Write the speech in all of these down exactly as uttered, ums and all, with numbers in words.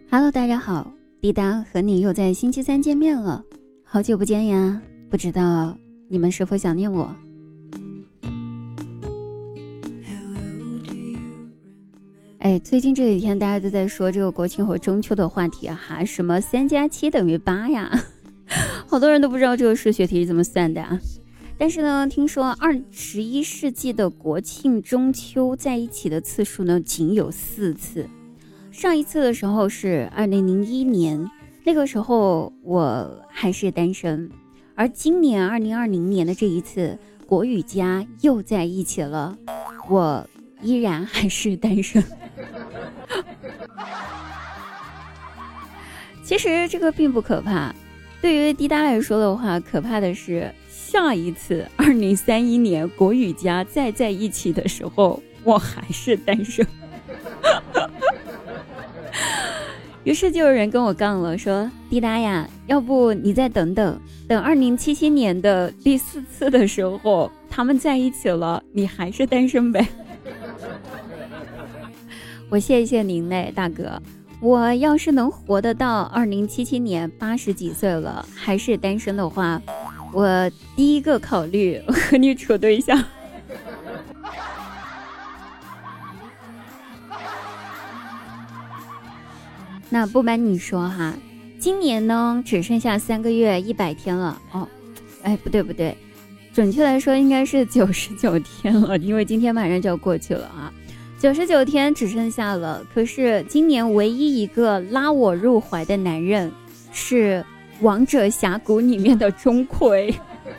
Hello， 大家好，滴答和你又在星期三见面了，好久不见呀，不知道你们是否想念我？哎，最近这几天大家都在说这个国庆和中秋的话题啊，哈，什么三加七等于八呀？好多人都不知道这个数学题是怎么算的啊。但是呢，听说二十一世纪的国庆中秋在一起的次数呢，仅有四次。上一次的时候是二零零一年，那个时候我还是单身，而今年二零二零年的这一次，国与家又在一起了，我依然还是单身。其实这个并不可怕，对于滴答来说的话，可怕的是下一次二零三一年国与家再在一起的时候，我还是单身。于是就有人跟我杠了，说滴答呀，要不你再等等，等二零七七年的第四次的时候，他们在一起了，你还是单身呗。我谢谢您嘞，大哥。我要是能活得到二零七七年八十几岁了，还是单身的话，我第一个考虑和你处对象。那不瞒你说哈，今年呢只剩下三个月一百天了哦，哎不对不对，准确来说应该是九十九天了，因为今天马上就要过去了啊，九十九天只剩下了。可是今年唯一一个拉我入怀的男人是王者峡谷里面的钟馗。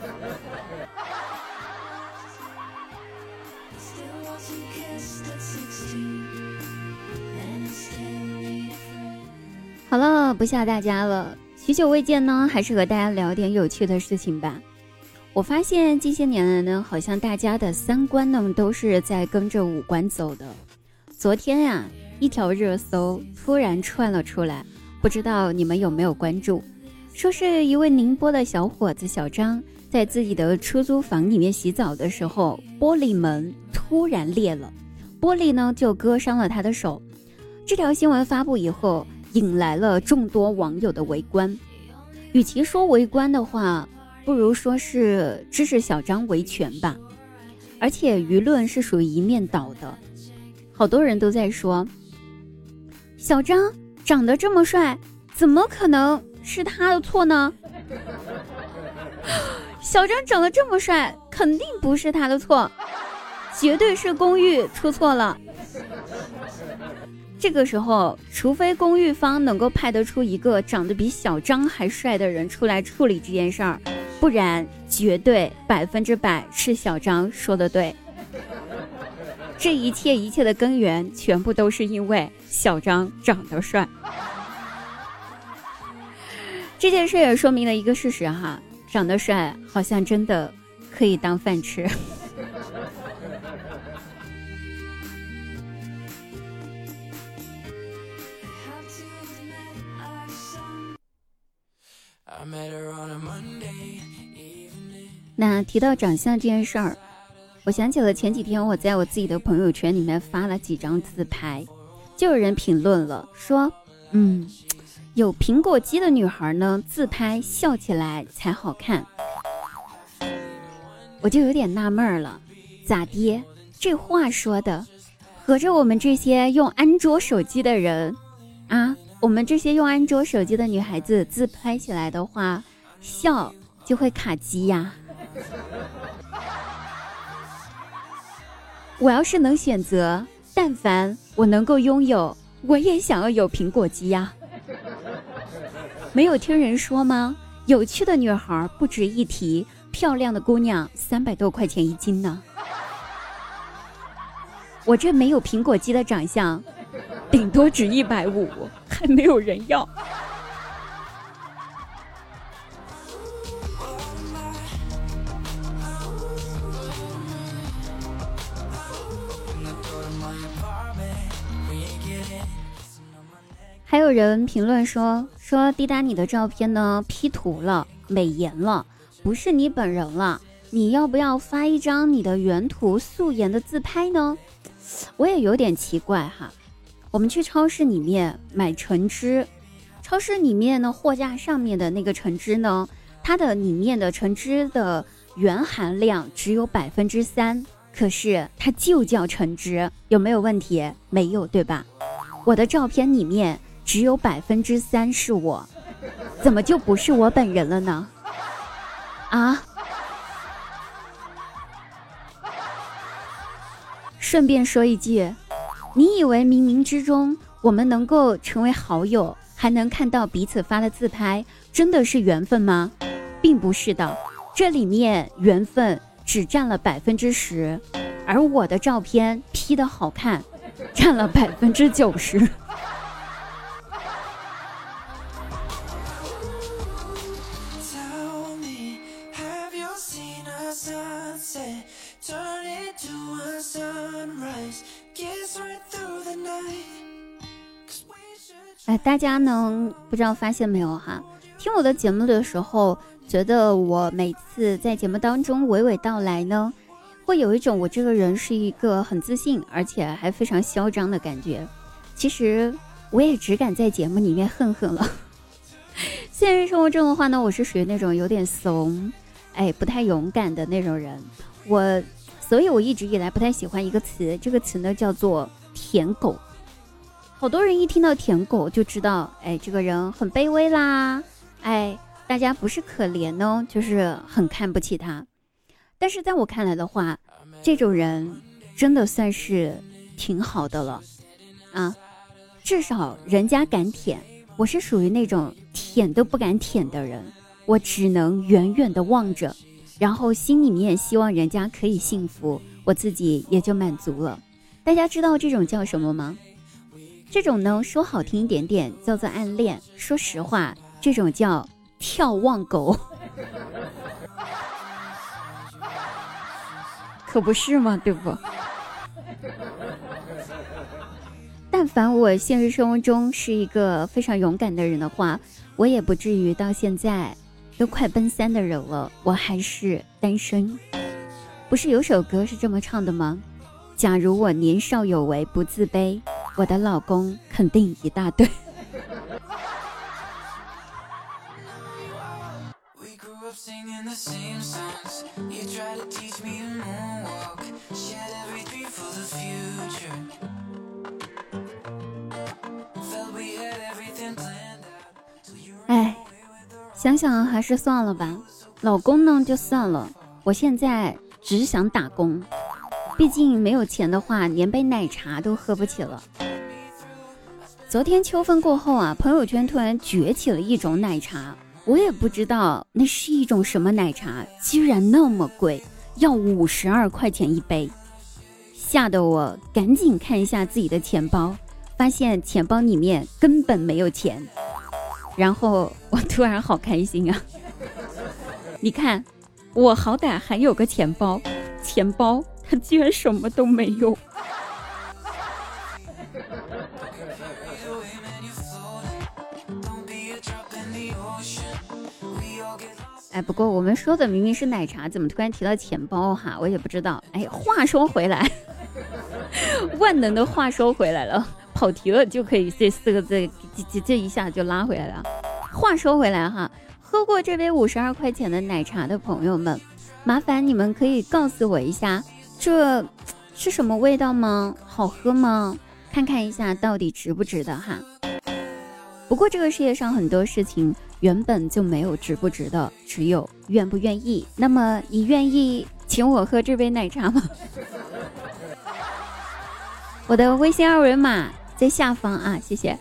好了，不吓大家了，许久未见呢，还是和大家聊点有趣的事情吧。我发现近些年来呢，好像大家的三观呢都是在跟着五官走的。昨天呀、啊，一条热搜突然窜了出来，不知道你们有没有关注？说是一位宁波的小伙子小张，在自己的出租房里面洗澡的时候，玻璃门突然裂了，玻璃呢就割伤了他的手。这条新闻发布以后，引来了众多网友的围观。与其说围观的话，不如说是支持小张维权吧。而且舆论是属于一面倒的，好多人都在说，小张长得这么帅，怎么可能是他的错呢？小张长得这么帅，肯定不是他的错，绝对是公寓出错了。这个时候，除非公寓方能够派得出一个长得比小张还帅的人出来处理这件事儿，不然绝对百分之百是小张说的对。这一切一切的根源，全部都是因为小张长得帅。这件事也说明了一个事实哈，长得帅好像真的可以当饭吃。那提到长相这件事儿，我想起了前几天我在我自己的朋友圈里面发了几张自拍，就有人评论了，说嗯，有苹果肌的女孩呢，自拍笑起来才好看。我就有点纳闷了，咋的？这话说的，合着我们这些用安卓手机的人啊，我们这些用安卓手机的女孩子自拍起来的话，笑就会卡机呀。我要是能选择，但凡我能够拥有，我也想要有苹果肌呀。没有听人说吗？有趣的女孩不值一提，漂亮的姑娘三百多块钱一斤呢。我这没有苹果肌的长相，顶多值一百五，还没有人要。还有人评论说说滴答你的照片呢 P 图了，美颜了，不是你本人了，你要不要发一张你的原图素颜的自拍呢？我也有点奇怪哈， 我们去超市里面买橙汁，超市里面呢货架上面的那个橙汁呢，它的里面的橙汁的原含量只有百分之三，可是它就叫橙汁，有没有问题？没有，对吧？我的照片里面只有百分之三是我，怎么就不是我本人了呢？啊！顺便说一句，你以为冥冥之中我们能够成为好友，还能看到彼此发的自拍，真的是缘分吗？并不是的，这里面缘分只占了百分之十，而我的照片 P 的好看，占了百分之九十。哎，大家呢不知道发现没有哈？听我的节目的时候，觉得我每次在节目当中娓娓道来呢，会有一种我这个人是一个很自信，而且还非常嚣张的感觉。其实我也只敢在节目里面哼哼了。现实生活中的话呢，我是属于那种有点怂，哎，不太勇敢的那种人。我，所以我一直以来不太喜欢一个词，这个词呢叫做舔狗。好多人一听到舔狗就知道，哎，这个人很卑微啦，哎，大家不是可怜哦，就是很看不起他。但是在我看来的话，这种人真的算是挺好的了啊，至少人家敢舔，我是属于那种舔都不敢舔的人，我只能远远的望着，然后心里面希望人家可以幸福，我自己也就满足了。大家知道这种叫什么吗？这种呢，说好听一点点叫做暗恋，说实话，这种叫眺望狗。可不是吗？对不？但凡我现实生活中是一个非常勇敢的人的话，我也不至于到现在都快奔三的人了，我还是单身。不是有首歌是这么唱的吗？假如我年少有为不自卑，我的老公肯定一大堆。哎，想想还是算了吧。老公呢就算了，我现在只想打工。毕竟没有钱的话，连杯奶茶都喝不起了。昨天秋分过后啊，朋友圈突然崛起了一种奶茶，我也不知道那是一种什么奶茶，居然那么贵，要五十二块钱一杯，吓得我赶紧看一下自己的钱包，发现钱包里面根本没有钱，然后我突然好开心啊！你看，我好歹还有个钱包，钱包他居然什么都没有。哎，不过我们说的明明是奶茶，怎么突然提到钱包哈？我也不知道。哎，话说回来，万能的话说回来了，跑题了就可以这四个字，这这一下就拉回来了。话说回来哈，喝过这杯五十二块钱的奶茶的朋友们，麻烦你们可以告诉我一下，这是什么味道吗？好喝吗？看看一下到底值不值得哈。不过这个世界上很多事情原本就没有值不值得，只有愿不愿意。那么你愿意请我喝这杯奶茶吗？我的微信二维码在下方啊，谢谢。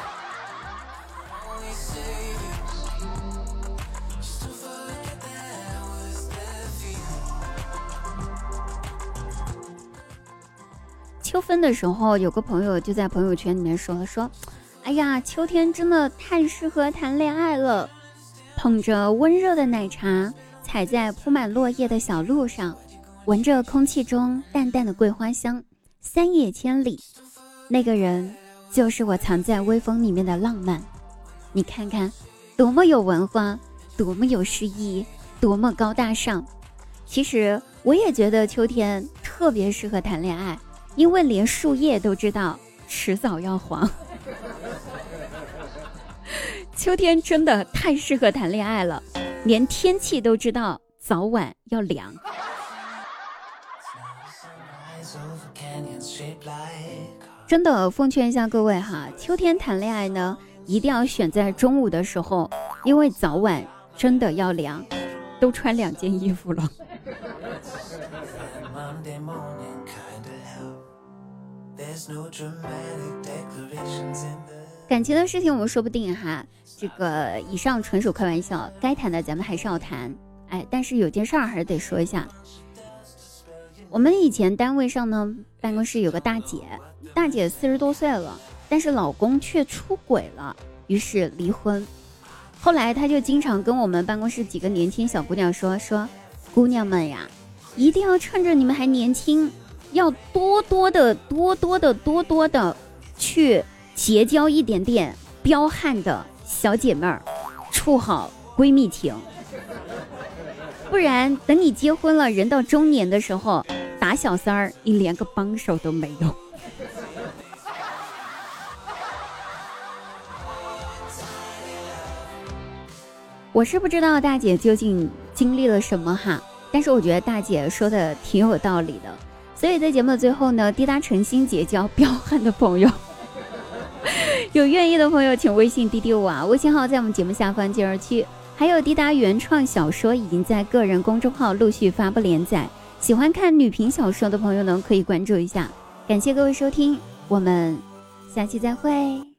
秋分的时候，有个朋友就在朋友圈里面说了说，哎呀，秋天真的太适合谈恋爱了。捧着温热的奶茶，踩在铺满落叶的小路上，闻着空气中淡淡的桂花香，三野千里，那个人就是我藏在微风里面的浪漫。你看看，多么有文化，多么有诗意，多么高大上。其实我也觉得秋天特别适合谈恋爱，因为连树叶都知道迟早要黄。秋天真的太适合谈恋爱了，连天气都知道早晚要凉。真的奉劝一下各位哈，秋天谈恋爱呢，一定要选在中午的时候，因为早晚真的要凉，都穿两件衣服了。感情的事情我们说不定哈，这个以上纯属开玩笑，该谈的咱们还是要谈。哎，但是有件事儿还是得说一下。我们以前单位上呢，办公室有个大姐，大姐四十多岁了，但是老公却出轨了，于是离婚。后来她就经常跟我们办公室几个年轻小姑娘说说，姑娘们呀，一定要趁着你们还年轻，要多多的多多的多多的去结交一点点彪悍的小姐妹儿，处好闺蜜情，不然等你结婚了，人到中年的时候，打小三儿你连个帮手都没有。我是不知道大姐究竟经历了什么哈，但是我觉得大姐说的挺有道理的，所以在节目的最后呢，滴答诚心结交彪悍的朋友。有愿意的朋友请微信滴滴我啊，微信号在我们节目下方介绍区，还有滴答原创小说已经在个人公众号陆续发布连载，喜欢看女频小说的朋友呢可以关注一下。感谢各位收听，我们下期再会。